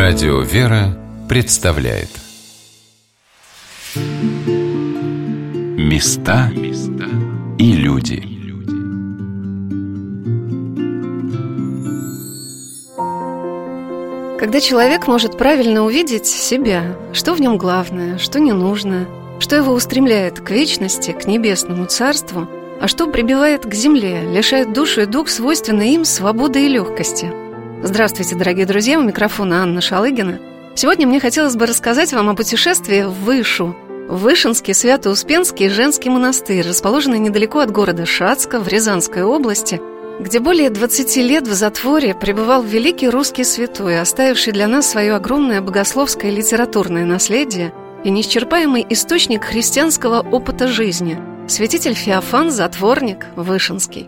Радио «Вера» представляет Места и люди. Когда человек может правильно увидеть себя, что в нем главное, что ненужное, что его устремляет к вечности, к небесному царству, а что прибивает к земле, лишает душу и дух свойственной им свободы и легкости. Здравствуйте, дорогие друзья, у микрофона Анна Шалыгина. Сегодня мне хотелось бы рассказать вам о путешествии в Вышу, в Вышинский Свято-Успенский женский монастырь, расположенный недалеко от города Шацка в Рязанской области, где более 20 лет в затворе пребывал великий русский святой, оставивший для нас свое огромное богословское и литературное наследие и неисчерпаемый источник христианского опыта жизни, святитель Феофан, затворник, Вышинский.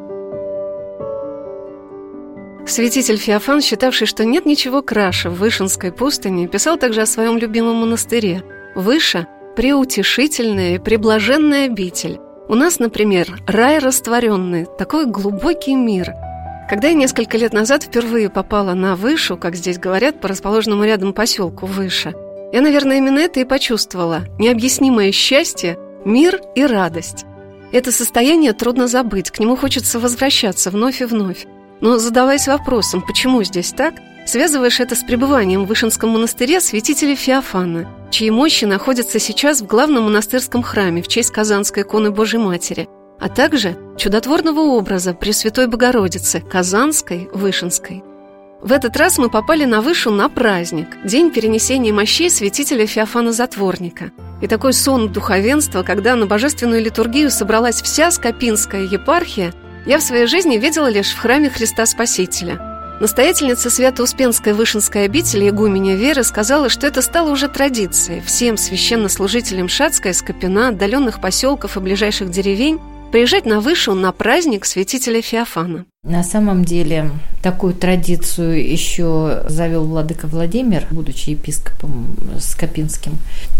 Святитель Феофан, считавший, что нет ничего краше в Вышинской пустыне, писал также о своем любимом монастыре. Выша – преутешительная и преблаженная обитель. У нас, например, рай растворенный, такой глубокий мир. Когда я несколько лет назад впервые попала на Вышу, как здесь говорят, по расположенному рядом поселку Выша, я, наверное, именно это и почувствовала. Необъяснимое счастье, мир и радость. Это состояние трудно забыть, к нему хочется возвращаться вновь и вновь. Но задаваясь вопросом, почему здесь так, связываешь это с пребыванием в Вышинском монастыре святителя Феофана, чьи мощи находятся сейчас в главном монастырском храме в честь Казанской иконы Божьей Матери, а также чудотворного образа Пресвятой Богородицы, Казанской, Вышинской. В этот раз мы попали на Вышу на праздник, день перенесения мощей святителя Феофана Затворника. И такой сон духовенства, когда на божественную литургию собралась вся Скопинская епархия, я в своей жизни видела лишь в храме Христа Спасителя. Настоятельница Свято-Успенской Вышинской обители игуменья Веры сказала, что это стало уже традицией всем священнослужителям Шацка и Скопина, отдаленных поселков и ближайших деревень приезжать на Вышу на праздник святителя Феофана. На самом деле такую традицию еще завел владыка Владимир, будучи епископом Скопинским.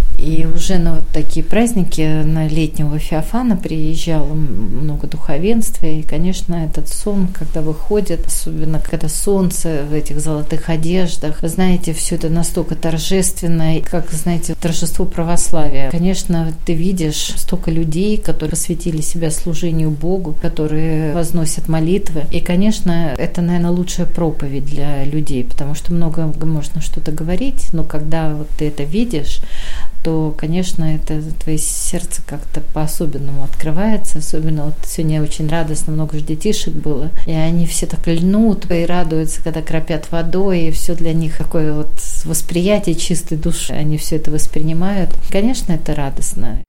И уже на вот такие праздники, на летнего Феофана приезжало много духовенства. И, конечно, этот сон, когда выходит, особенно когда солнце в этих золотых одеждах, вы знаете, все это настолько торжественно, как, знаете, торжество православия. Конечно, ты видишь столько людей, которые посвятили себя служению Богу, которые возносят молитвы. И, конечно, это, наверное, лучшая проповедь для людей, потому что много можно что-то говорить, но когда вот ты это видишь, то, конечно, это твое сердце как-то по-особенному открывается. Особенно вот сегодня очень радостно, много же детишек было. И они все так льнут и радуются, когда кропят водой. И все для них такое вот восприятие чистой души. Они все это воспринимают. Конечно, это радостно.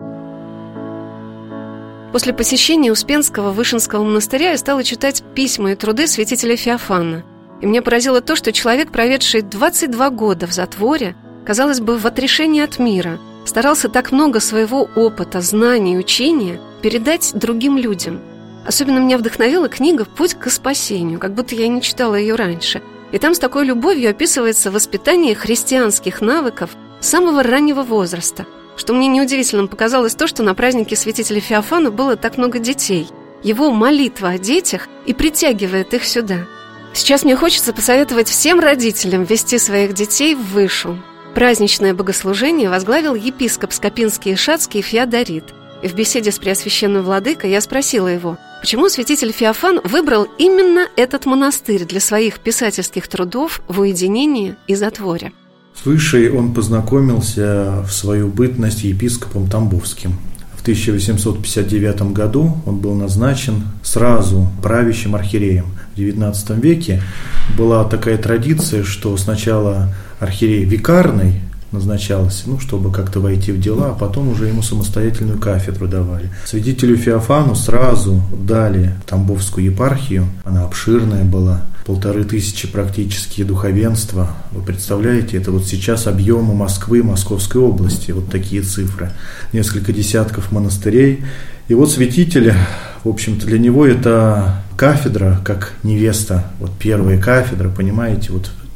После посещения Успенского Вышинского монастыря я стала читать письма и труды святителя Феофана. И меня поразило то, что человек, проведший 22 года в затворе, казалось бы, в отрешении от мира, старался так много своего опыта, знаний и учения передать другим людям. Особенно меня вдохновила книга «Путь к спасению», как будто я не читала ее раньше. И там с такой любовью описывается воспитание христианских навыков с самого раннего возраста, что мне неудивительным показалось то, что на празднике святителя Феофана было так много детей. Его молитва о детях и притягивает их сюда. Сейчас мне хочется посоветовать всем родителям вести своих детей в Вышу. Праздничное богослужение возглавил епископ Скопинский и Шацкий Феодорит. И в беседе с преосвященным владыкой я спросила его, почему святитель Феофан выбрал именно этот монастырь для своих писательских трудов в уединении и затворе. С Вышей он познакомился в свою бытность епископом Тамбовским. В 1859 году он был назначен сразу правящим архиереем. В XIX веке была такая традиция, что сначала архиерей викарный назначался, чтобы как-то войти в дела, а потом уже ему самостоятельную кафедру давали. Святителю Феофану сразу дали Тамбовскую епархию, она обширная была, 1500 практически духовенства. Вы представляете, это вот сейчас объемы Москвы, Московской области, вот такие цифры. Несколько десятков монастырей. И вот святитель, в общем-то, для него это кафедра, как невеста, вот первая кафедра, понимаете, вот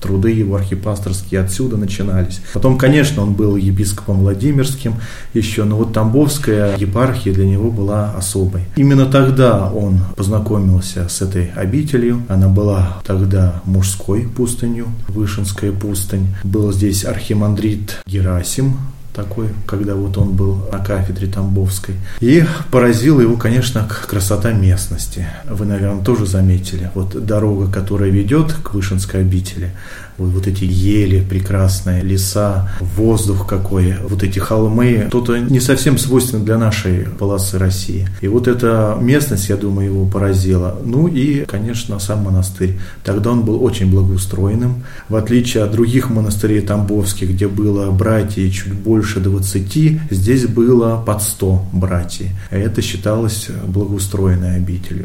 труды его архипасторские отсюда начинались. Потом, конечно, он был епископом Владимирским еще, но вот Тамбовская епархия для него была особой. Именно тогда он познакомился с этой обителью. Она была тогда мужской пустынью, Вышинская пустынь. Был здесь архимандрит Герасим, такой, когда вот он был на кафедре Тамбовской. И поразила его, конечно, красота местности. Вы, наверное, тоже заметили. Вот дорога, которая ведет к Вышинской обители, вот эти ели прекрасные, леса, воздух какой, вот эти холмы, что-то не совсем свойственно для нашей полосы России. И вот эта местность, я думаю, его поразила. Ну и, конечно, сам монастырь. Тогда он был очень благоустроенным. В отличие от других монастырей тамбовских, где было братьев чуть больше 20, здесь было под 100 братьев. И это считалось благоустроенной обителью.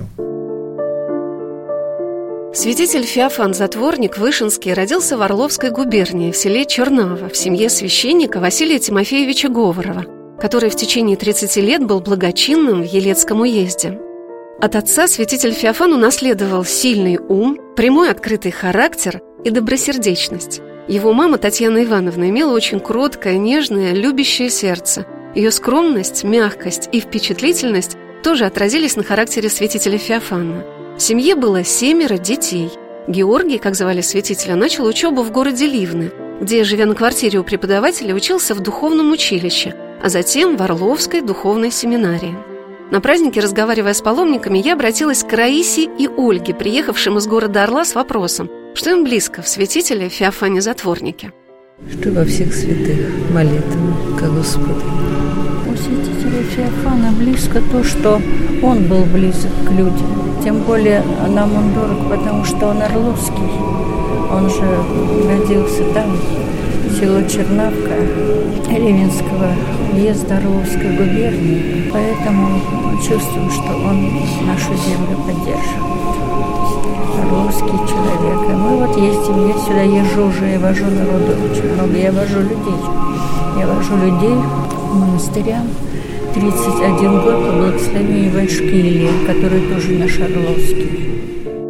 Святитель Феофан Затворник Вышинский родился в Орловской губернии, в селе Чернава, в семье священника Василия Тимофеевича Говорова, который в течение 30 лет был благочинным в Елецком уезде. От отца святитель Феофан унаследовал сильный ум, прямой открытый характер и добросердечность. Его мама Татьяна Ивановна имела очень кроткое, нежное, любящее сердце. Ее скромность, мягкость и впечатлительность тоже отразились на характере святителя Феофана. В семье было 7 детей. Георгий, как звали святителя, начал учебу в городе Ливны, где, живя на квартире у преподавателя, учился в духовном училище, а затем в Орловской духовной семинарии. На празднике, разговаривая с паломниками, я обратилась к Раисе и Ольге, приехавшим из города Орла, с вопросом, что им близко в святителе Феофане Затворнике. Что во всех святых молитвы ко Господу. У святителя Феофана близко то, что он был близок к людям. Тем более нам он дорог, потому что он орловский. Он же родился там, село Чернавка, Ревенского уезда Орловской губернии. Поэтому чувствую, что он нашу землю поддерживает. Орловский человек. И мы вот ездим, я сюда езжу уже, я вожу народу очень много, я вожу людей. Я вожу людей к монастырям. 31 год по благословению Вайшкилия, который тоже наш Орловский.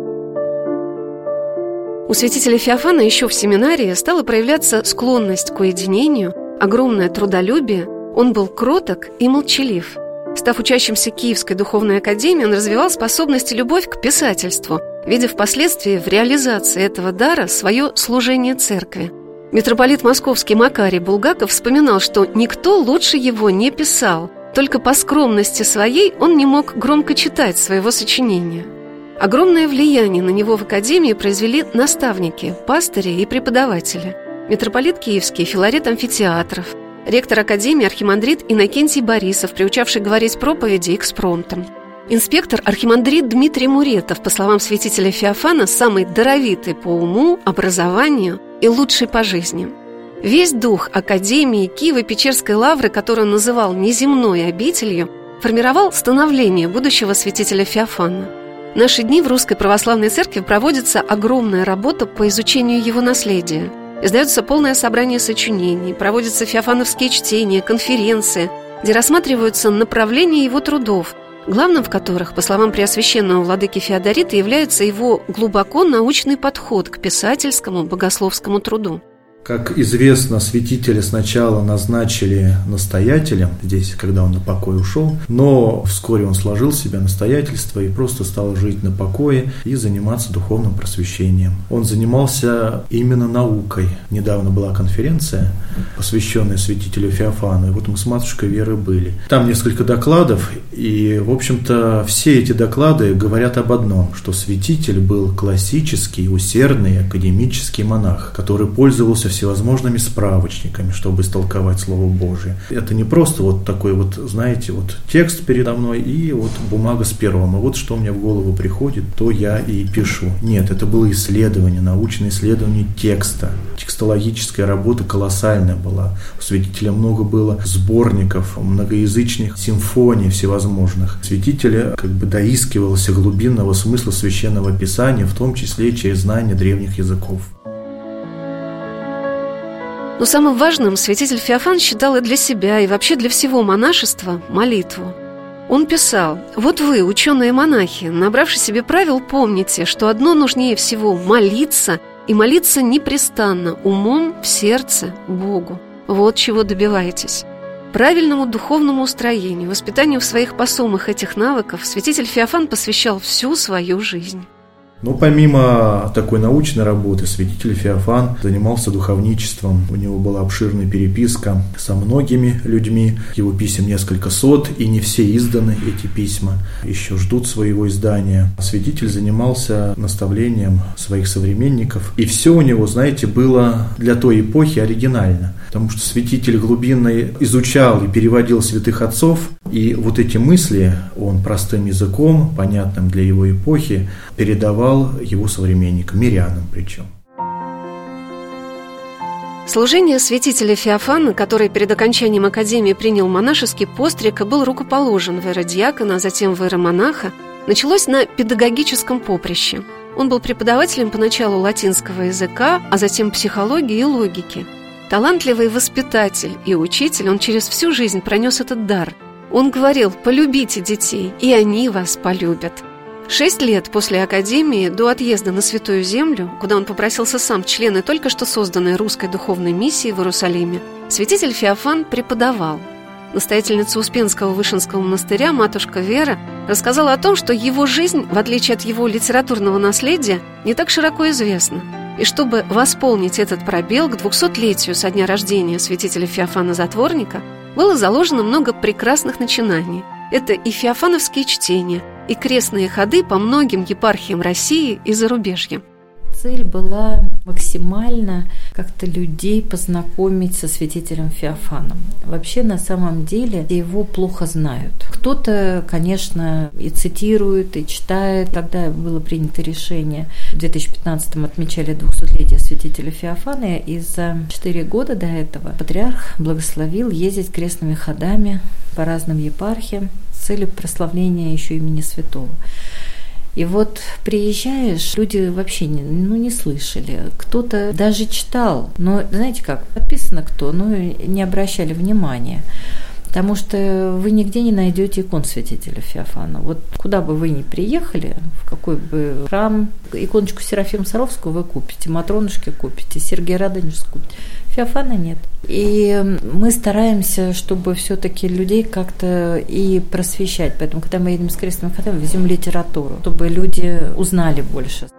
У святителя Феофана еще в семинарии стала проявляться склонность к уединению, огромное трудолюбие, он был кроток и молчалив. Став учащимся Киевской духовной академии, он развивал способность и любовь к писательству, видя впоследствии в реализации этого дара свое служение церкви. Митрополит Московский Макарий Булгаков вспоминал, что никто лучше его не писал, только по скромности своей он не мог громко читать своего сочинения. Огромное влияние на него в академии произвели наставники, пастыри и преподаватели. Митрополит Киевский Филарет Амфитеатров, ректор академии архимандрит Иннокентий Борисов, приучавший говорить проповеди экспромтом. Инспектор архимандрит Дмитрий Муретов, по словам святителя Феофана, самый даровитый по уму, образованию и лучший по жизни. Весь дух академии Киево-Печерской лавры, которую он называл неземной обителью, формировал становление будущего святителя Феофана. В наши дни в Русской Православной Церкви проводится огромная работа по изучению его наследия. Издается полное собрание сочинений, проводятся феофановские чтения, конференции, где рассматриваются направления его трудов, главным в которых, по словам преосвященного владыки Феодорита, является его глубоко научный подход к писательскому богословскому труду. Как известно, святителя сначала назначили настоятелем здесь, когда он на покой ушел, но вскоре он сложил в себя настоятельство и просто стал жить на покое и заниматься духовным просвещением. Он занимался именно наукой. Недавно была конференция, посвященная святителю Феофану, и вот мы с матушкой Верой были. Там несколько докладов, и, в общем-то, все эти доклады говорят об одном, что святитель был классический, усердный, академический монах, который пользовался всевозможными справочниками, чтобы истолковать Слово Божие. Это не просто вот такой вот, знаете, вот текст передо мной и вот бумага с пером, и вот что мне в голову приходит, то я и пишу. Нет, это было исследование, научное исследование текста. Текстологическая работа колоссальная была. У святителя много было сборников, многоязычных симфоний всевозможных. Святитель как бы доискивался глубинного смысла Священного Писания, в том числе через знание древних языков. Но самым важным святитель Феофан считал и для себя, и вообще для всего монашества молитву. Он писал: «Вот вы, ученые монахи, набравши себе правил, помните, что одно нужнее всего – молиться и молиться непрестанно, умом в сердце Богу. Вот чего добиваетесь. Правильному духовному устроению, воспитанию в своих посомах этих навыков святитель Феофан посвящал всю свою жизнь. Но помимо такой научной работы, святитель Феофан занимался духовничеством. У него была обширная переписка со многими людьми. Его писем несколько сот, и не все изданы, эти письма. Еще ждут своего издания. Святитель занимался наставлением своих современников. И все у него, знаете, было для той эпохи оригинально. Потому что святитель глубинно изучал и переводил святых отцов. И вот эти мысли он простым языком, понятным для его эпохи, передавал его современникам, мирянам причем. Служение святителя Феофана, который перед окончанием академии принял монашеский постриг и был рукоположен в иеродиакона, а затем в иеромонаха, началось на педагогическом поприще. Он был преподавателем поначалу латинского языка, а затем психологии и логики. Талантливый воспитатель и учитель, он через всю жизнь пронес этот дар. Он говорил: «Полюбите детей, и они вас полюбят». 6 лет после академии, до отъезда на Святую Землю, куда он попросился сам в члены только что созданной русской духовной миссии в Иерусалиме, святитель Феофан преподавал. Настоятельница Успенского Вышинского монастыря матушка Вера рассказала о том, что его жизнь, в отличие от его литературного наследия, не так широко известна. И чтобы восполнить этот пробел, к 200-летию со дня рождения святителя Феофана Затворника было заложено много прекрасных начинаний. Это и феофановские чтения, и крестные ходы по многим епархиям России и зарубежья. Цель была максимально как-то людей познакомить со святителем Феофаном. Вообще, на самом деле, его плохо знают. Кто-то, конечно, и цитирует, и читает. Тогда было принято решение. В 2015-м отмечали 200-летие святителя Феофана, и за 4 года до этого патриарх благословил ездить крестными ходами по разным епархиям с целью прославления еще имени святого. И вот приезжаешь, люди вообще не слышали. Кто-то даже читал, но, знаете как, подписано кто, но не обращали внимания. Потому что вы нигде не найдете икон святителя Феофана. Вот куда бы вы ни приехали, в какой бы храм, иконочку Серафима Саровского вы купите, Матронушки купите, Сергия Радонежского купите. Феофана нет. И мы стараемся, чтобы все-таки людей как-то и просвещать. Поэтому, когда мы едем с крестным ходом, везем литературу, чтобы люди узнали больше.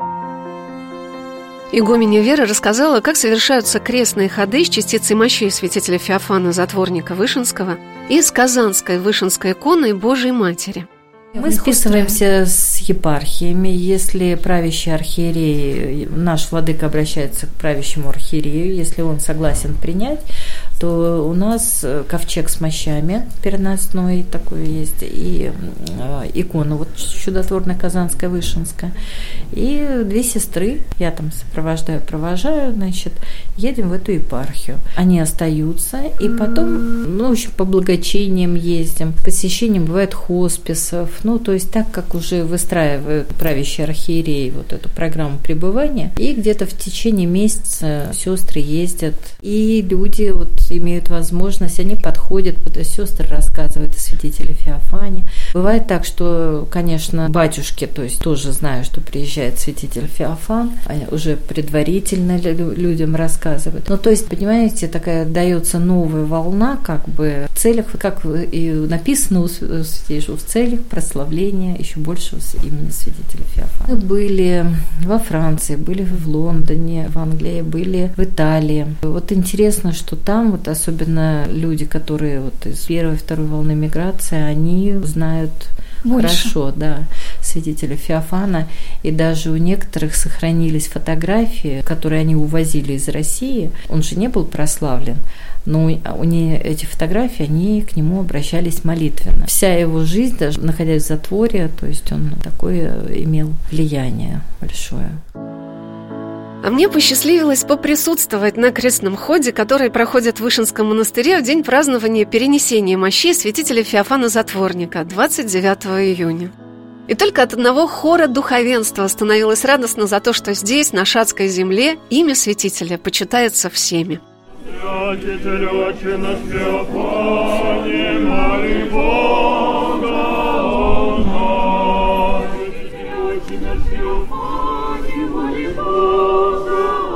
Игуменья Вера рассказала, как совершаются крестные ходы с частицей мощей святителя Феофана Затворника Вышинского и с Казанской Вышинской иконой Божией Матери. Мы списываемся с епархиями. Если правящий архиерей, наш владыка обращается к правящему архиерею, если он согласен принять, то у нас ковчег с мощами переносной такой есть, и икона вот чудотворная Казанская, Вышинская, и 2 сестры, я там провожаю, значит, едем в эту епархию. Они остаются, и потом, в общем, по благочиниям ездим, посещением бывает хосписов, то есть так, как уже выстраивают правящие архиереи вот эту программу пребывания, и где-то в течение месяца сестры ездят, и люди вот имеют возможность, они подходят, сестры рассказывают о святителе Феофане. Бывает так, что, конечно, батюшки, то есть тоже знаю, что приезжает святитель Феофан, они уже предварительно людям рассказывают. То есть, понимаете, такая дается новая волна, как бы в целях, как и написано у святейшего, в целях прославления еще большего имени святителя Феофана. Мы были во Франции, были в Лондоне, в Англии, были в Италии. Вот интересно, что там вот особенно люди, которые вот из первой и второй волны миграции, они знают больше. Хорошо, да, святителя Феофана, и даже у некоторых сохранились фотографии, которые они увозили из России. Он же не был прославлен, но у них эти фотографии, они к нему обращались молитвенно. Вся его жизнь, даже находясь в затворе, то есть он такое имел влияние большое. А мне посчастливилось поприсутствовать на крестном ходе, который проходит в Вышинском монастыре в день празднования перенесения мощей святителя Феофана Затворника 29 июня. И только от одного хора духовенства становилось радостно за то, что здесь, на Шацкой земле, имя святителя почитается всеми. Святитель, Отче наш Феофане, моли Бога о нас. Святитель, Отче наш Феофане, моли Бога.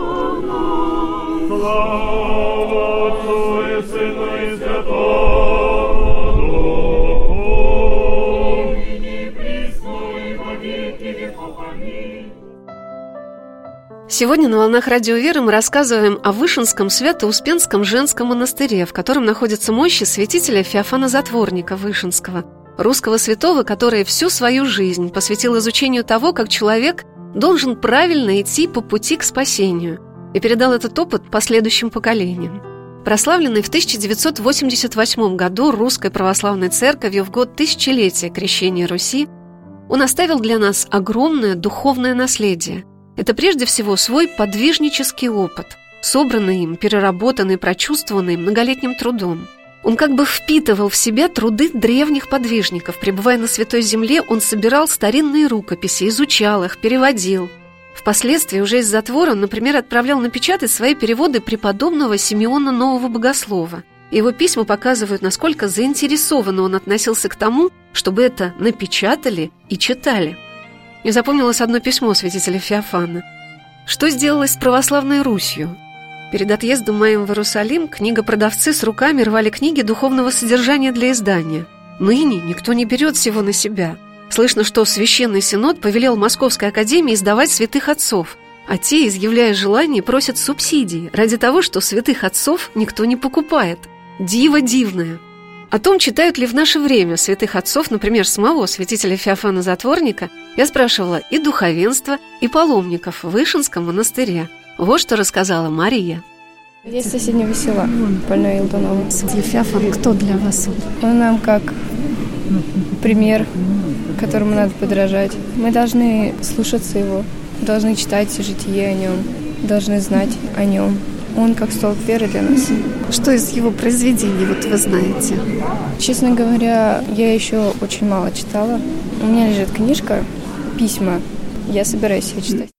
Сегодня на «Волнах Радио Веры» мы рассказываем о Вышинском Свято-Успенском женском монастыре, в котором находятся мощи святителя Феофана Затворника Вышинского, русского святого, который всю свою жизнь посвятил изучению того, как человек должен правильно идти по пути к спасению, и передал этот опыт последующим поколениям. Прославленный в 1988 году Русской Православной Церковью в год тысячелетия крещения Руси, он оставил для нас огромное духовное наследие. Это прежде всего свой подвижнический опыт, собранный им, переработанный, прочувствованный многолетним трудом. Он как бы впитывал в себя труды древних подвижников. Пребывая на Святой Земле, он собирал старинные рукописи, изучал их, переводил. Впоследствии уже из затвора он, например, отправлял напечатать свои переводы преподобного Симеона Нового Богослова. Его письма показывают, насколько заинтересованно он относился к тому, чтобы это напечатали и читали. Мне запомнилось одно письмо святителя Феофана. Что сделалось с православной Русью? Перед отъездом моим в Иерусалим книгопродавцы с руками рвали книги духовного содержания для издания. Ныне никто не берет всего на себя. Слышно, что Священный Синод повелел Московской академии издавать святых отцов, а те, изъявляя желание, просят субсидии ради того, что святых отцов никто не покупает. Диво дивное! О том, читают ли в наше время святых отцов, например, самого святителя Феофана Затворника, я спрашивала и духовенство, и паломников в Вышинском монастыре. Вот что рассказала Мария. Я с соседнего села, больной Елдунова. Святитель Феофан, кто для вас? Он нам как пример, которому надо подражать. Мы должны слушаться его, должны читать житие о нем, должны знать о нем. Он как столб веры для нас. Что из его произведений вот вы знаете? Честно говоря, я еще очень мало читала. У меня лежит книжка, письма. Я собираюсь ее читать.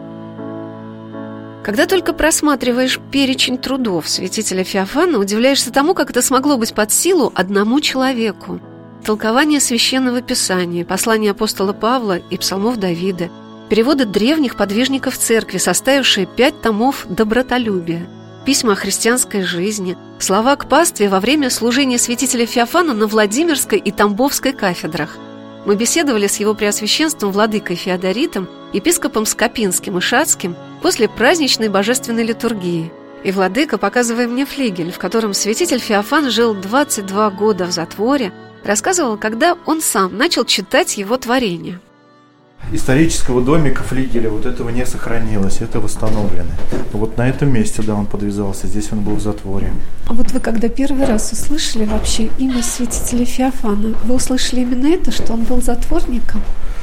Когда только просматриваешь перечень трудов святителя Феофана, удивляешься тому, как это смогло быть под силу одному человеку. Толкование Священного Писания, послания апостола Павла и псалмов Давида, переводы древних подвижников церкви, составившие 5 томов добротолюбия, письма о христианской жизни, слова к пастве во время служения святителя Феофана на Владимирской и Тамбовской кафедрах. Мы беседовали с его преосвященством владыкой Феодоритом, епископом Скопинским и Шацким после праздничной божественной литургии. И владыка, показывая мне флигель, в котором святитель Феофан жил 22 года в затворе, рассказывал, когда он сам начал читать его творения. Исторического домика флигеля вот этого не сохранилось, это восстановлено. Вот на этом месте, да, он подвязался, здесь он был в затворе. А вот вы когда первый раз услышали вообще имя святителя Феофана, вы услышали именно это, что он был затворником?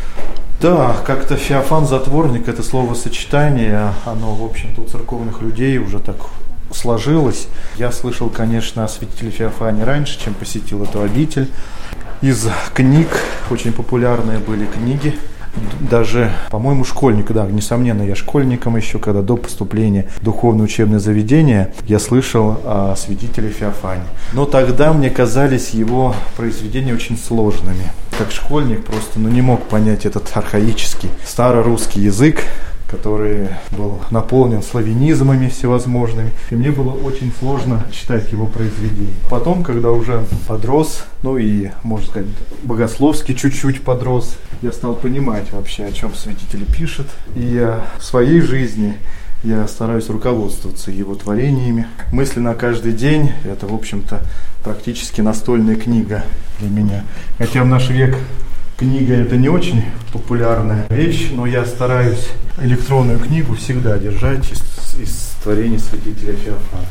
Да, как-то Феофан-затворник, это словосочетание, оно, в общем-то, у церковных людей уже так сложилось. Я слышал, конечно, о святителе Феофане раньше, чем посетил эту обитель. Из книг, очень популярные были книги, даже, по-моему, школьник, да, несомненно, я школьником еще, когда до поступления в духовное учебное заведение, я слышал о святителе Феофане. Но тогда мне казались его произведения очень сложными. Как школьник просто не мог понять этот архаический старорусский язык, который был наполнен славянизмами всевозможными. И мне было очень сложно читать его произведения. Потом, когда уже подрос, и, можно сказать, богословски чуть-чуть подрос, я стал понимать вообще, о чем святитель пишет. И в своей жизни я стараюсь руководствоваться его творениями. Мысленно каждый день – это, в общем-то, практически настольная книга для меня. Хотя в наш век книга – это не очень популярная вещь, но я стараюсь электронную книгу всегда держать из творений святителя Феофана.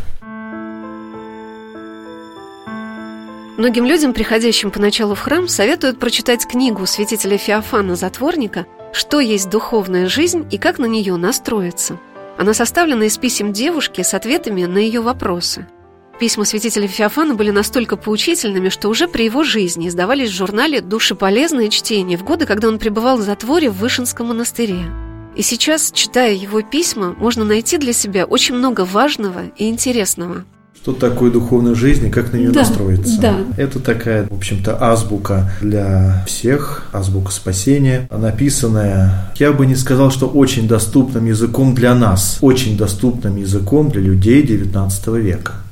Многим людям, приходящим поначалу в храм, советуют прочитать книгу святителя Феофана Затворника «Что есть духовная жизнь и как на нее настроиться». Она составлена из писем девушки с ответами на ее вопросы. Письма святителя Феофана были настолько поучительными, что уже при его жизни издавались в журнале «Душеполезные чтения» в годы, когда он пребывал в затворе в Вышинском монастыре. И сейчас, читая его письма, можно найти для себя очень много важного и интересного. Что такое духовная жизнь и как на нее настроиться? Да. Это такая, в общем-то, азбука для всех, азбука спасения, написанная, я бы не сказал, что очень доступным языком для нас, очень доступным языком для людей XIX века.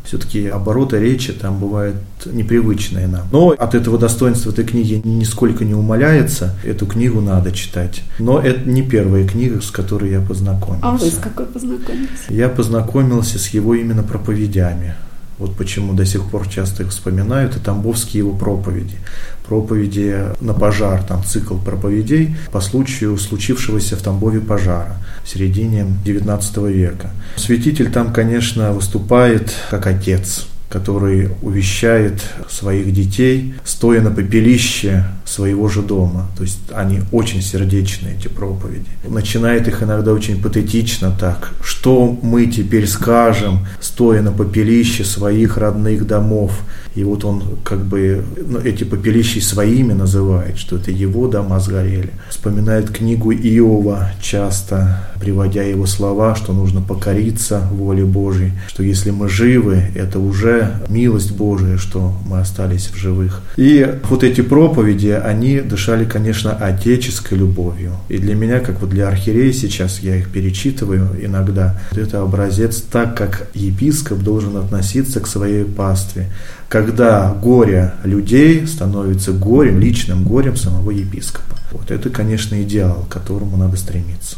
Все-таки обороты речи там бывают непривычные нам. Но от этого достоинства этой книги нисколько не умаляется. Эту книгу надо читать. Но это не первая книга, с которой я познакомился. А вы с какой познакомились? Я познакомился с его именно проповедями. Вот почему до сих пор часто их вспоминают, и тамбовские его проповеди. Проповеди на пожар, там цикл проповедей по случаю случившегося в Тамбове пожара в середине XIX века. Святитель там, конечно, выступает как отец, который увещает своих детей, стоя на попелище своего же дома. То есть они очень сердечные, эти проповеди. Начинает их иногда очень патетично так. Что мы теперь скажем, стоя на попелище своих родных домов? И вот он как бы эти попелища своими называет, что это его дома сгорели. Вспоминает книгу Иова часто, приводя его слова, что нужно покориться воле Божьей, что если мы живы, это уже милость Божия, что мы остались в живых. И вот эти проповеди, они дышали, конечно, отеческой любовью. И для меня, как вот для архиерея сейчас, я их перечитываю иногда, это образец так, как епископ должен относиться к своей пастве. Когда горе людей становится горем, личным горем самого епископа. Вот это, конечно, идеал, к которому надо стремиться.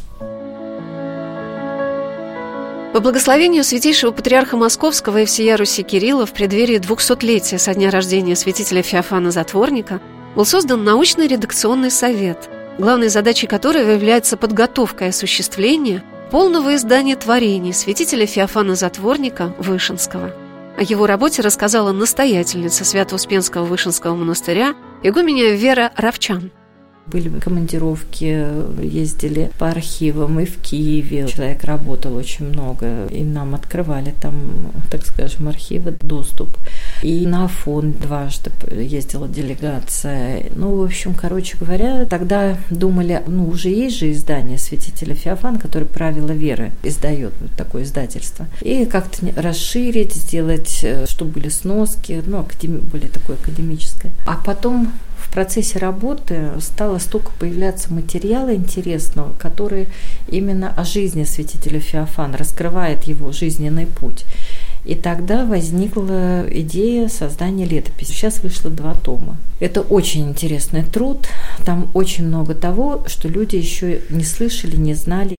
По благословению святейшего патриарха Московского и всея Руси Кирилла в преддверии 200-летия со дня рождения святителя Феофана Затворника был создан научный редакционный совет, главной задачей которого является подготовка и осуществление полного издания творений святителя Феофана Затворника Вышинского. О его работе рассказала настоятельница Свято-Успенского Вышинского монастыря игуменья Вера Равчан. Были командировки, ездили по архивам и в Киеве. Человек работал очень много, и нам открывали там, так скажем, архивы, доступ. И на Афон дважды ездила делегация. В общем, короче говоря, тогда думали, уже есть же издание святителя Феофана, который «Правила веры» издает, вот такое издательство. И как-то расширить, сделать, чтобы были сноски, более такое академическое. А потом в процессе работы стало столько появляться материала интересного, который именно о жизни святителя Феофана, раскрывает его жизненный путь. И тогда возникла идея создания летописи. Сейчас вышло 2 тома. Это очень интересный труд. Там очень много того, что люди еще не слышали, не знали.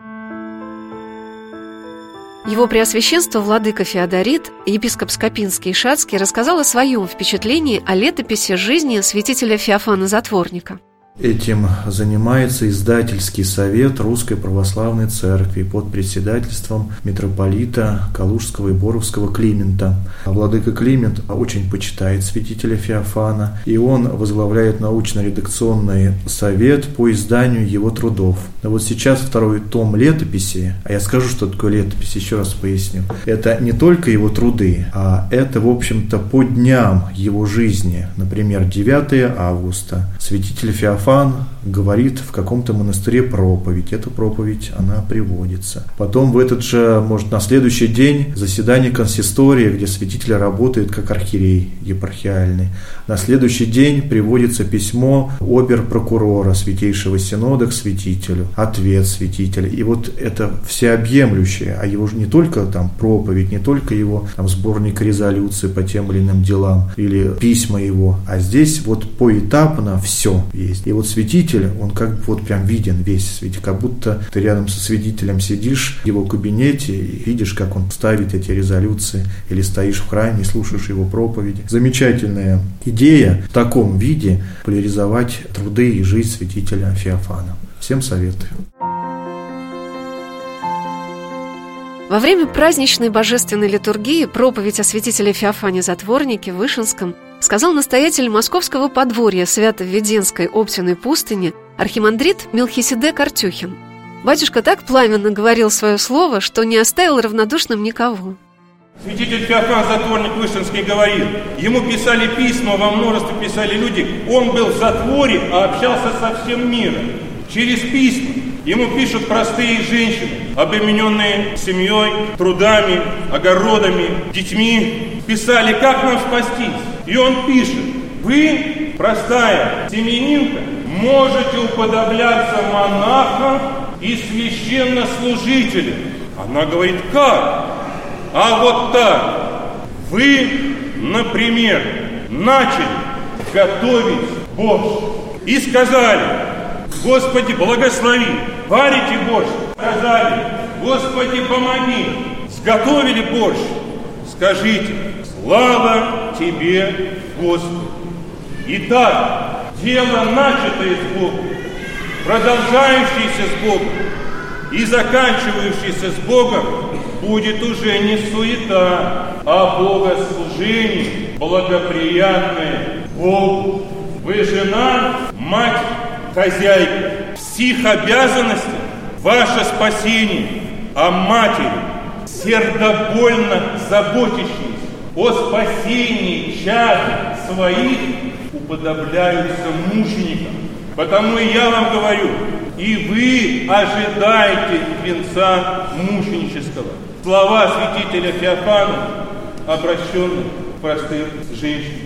Его Преосвященство владыка Феодорит, епископ Скопинский и Шацкий, рассказал о своем впечатлении о летописи жизни святителя Феофана Затворника. Этим занимается издательский совет Русской Православной Церкви под председательством митрополита Калужского и Боровского Климента. Владыка Климент очень почитает святителя Феофана, и он возглавляет научно-редакционный совет по изданию его трудов. Но вот сейчас 2-й том летописи, а я скажу, что такое летопись, еще раз поясню. Это не только его труды, а это, в общем-то, по дням его жизни. Например, 9 августа святитель Феофан говорит в каком-то монастыре проповедь. Эта проповедь, она приводится. Потом в этот же, может, на следующий день заседание консистории, где святитель работает как архиерей епархиальный. На следующий день приводится письмо обер-прокурора Святейшего Синода к святителю, ответ святителя. И вот это всеобъемлющее, а его же не только там проповедь, не только его там сборник резолюций по тем или иным делам или письма его, а здесь вот поэтапно все есть. И вот святитель, он как бы вот прям виден весь, ведь как будто ты рядом со святителем сидишь в его кабинете и видишь, как он ставит эти резолюции, или стоишь в храме и слушаешь его проповеди. Замечательная идея в таком виде популяризовать труды и жизнь святителя Феофана. Всем советую. Во время праздничной божественной литургии проповедь о святителе Феофане Затворнике в Вышинском сказал настоятель московского подворья Свято-Введенской Оптиной пустыни архимандрит Мелхиседек Артюхин. Батюшка так пламенно говорил свое слово, что не оставил равнодушным никого. Святитель Феофан Затворник Вышинский говорит, ему писали письма, во множестве писали люди, он был в затворе, а общался со всем миром. Через письма ему пишут простые женщины, обремененные семьей, трудами, огородами, детьми. Писали, как нам спастись. И он пишет, вы, простая семьянинка, можете уподобляться монахам и священнослужителям. Она говорит, как? А вот так. Вы, например, начали готовить борщ и сказали: Господи, благослови. Варите борщ, сказали: Господи, помоги. Сготовили борщ, скажите: слава Тебе, Господи. Итак, дело, начатое с Богом, продолжающееся с Богом и заканчивающееся с Богом, будет уже не суета, а богослужение, благоприятное Богу. Вы жена, мать, хозяйка. В сих обязанностях ваше спасение, а матери, сердобольно заботящиеся о спасении чад своих, уподобляются мученикам. Потому и я вам говорю, и вы ожидаете венца мученического. Слова святителя Феофана, обращенных к простым женщинам.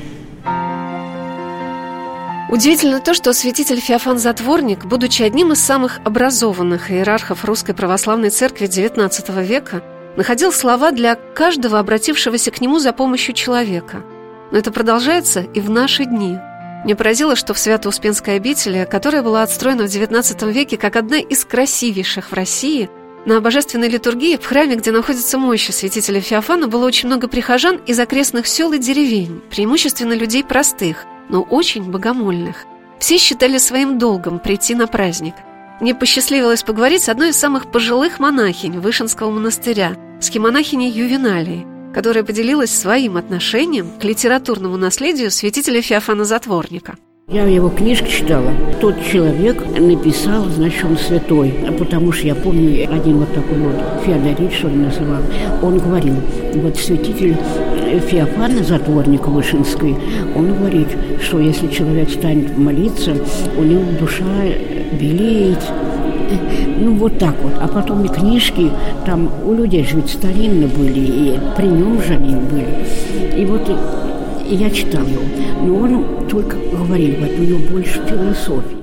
Удивительно то, что святитель Феофан Затворник, будучи одним из самых образованных иерархов Русской Православной Церкви XIX века, находил слова для каждого обратившегося к нему за помощью человека. Но это продолжается и в наши дни. Мне поразило, что в Свято-Успенской обители, которая была отстроена в XIX веке как одна из красивейших в России, на божественной литургии в храме, где находятся мощи святителя Феофана, было очень много прихожан из окрестных сел и деревень, преимущественно людей простых, но очень богомольных. Все считали своим долгом прийти на праздник. Мне посчастливилось поговорить с одной из самых пожилых монахинь Вышинского монастыря, схимонахиней Ювеналией, которая поделилась своим отношением к литературному наследию святителя Феофана Затворника. Я его книжки читала. Тот человек написал, значит, он святой. Потому что я помню, один вот такой вот Феодорит, что он называл, он говорил, вот святитель Феофана Затворник Вышинский, он говорит, что если человек станет молиться, у него душа белеет. Ну, вот так вот. А потом и книжки, там у людей же ведь старинные были, и при нем же они были. И вот и я читал его. Но он только говорил, вот у него больше философии.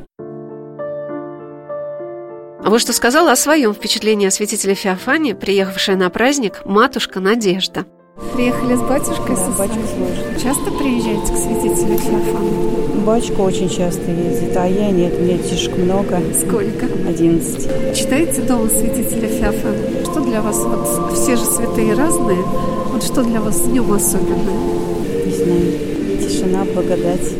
А вот что сказала о своем впечатлении о святителе Феофане, приехавшая на праздник матушка Надежда. Приехали с батюшкой? Да, батюшка служит. Часто приезжаете к святителю Феофану? Батюшка очень часто ездит, а я нет, мне детишек много. Сколько? 11. Читаете дома святителя Феофана? Что для вас, вот все же святые разные, вот что для вас в нем особенное? Не знаю, тишина, благодать.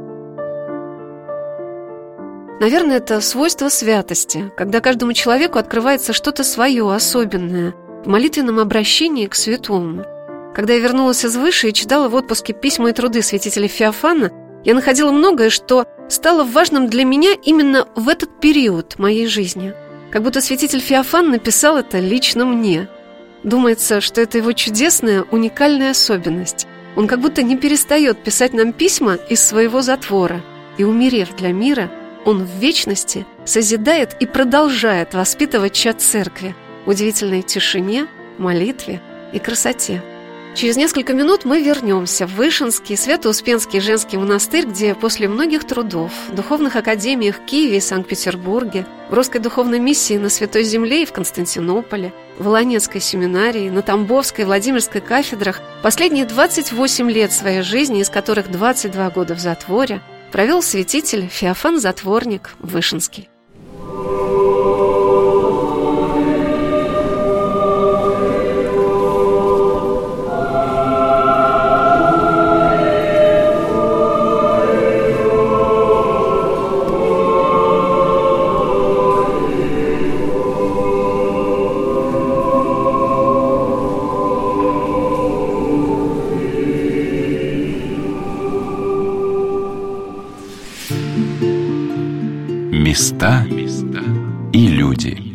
Наверное, это свойство святости, когда каждому человеку открывается что-то свое, особенное, в молитвенном обращении к святому. Когда я вернулась из Выши и читала в отпуске письма и труды святителя Феофана, я находила многое, что стало важным для меня именно в этот период моей жизни. Как будто святитель Феофан написал это лично мне. Думается, что это его чудесная, уникальная особенность. Он как будто не перестает писать нам письма из своего затвора. И, умерев для мира, он в вечности созидает и продолжает воспитывать чад церкви в удивительной тишине, молитве и красоте. Через несколько минут мы вернемся в Вышинский Свято-Успенский женский монастырь, где после многих трудов в духовных академиях в Киеве и Санкт-Петербурге, в Русской духовной миссии на Святой Земле и в Константинополе, в Иланецкой семинарии, на Тамбовской и Владимирской кафедрах последние 28 лет своей жизни, из которых 22 года в затворе, провел святитель Феофан Затворник Вышинский. Места и люди.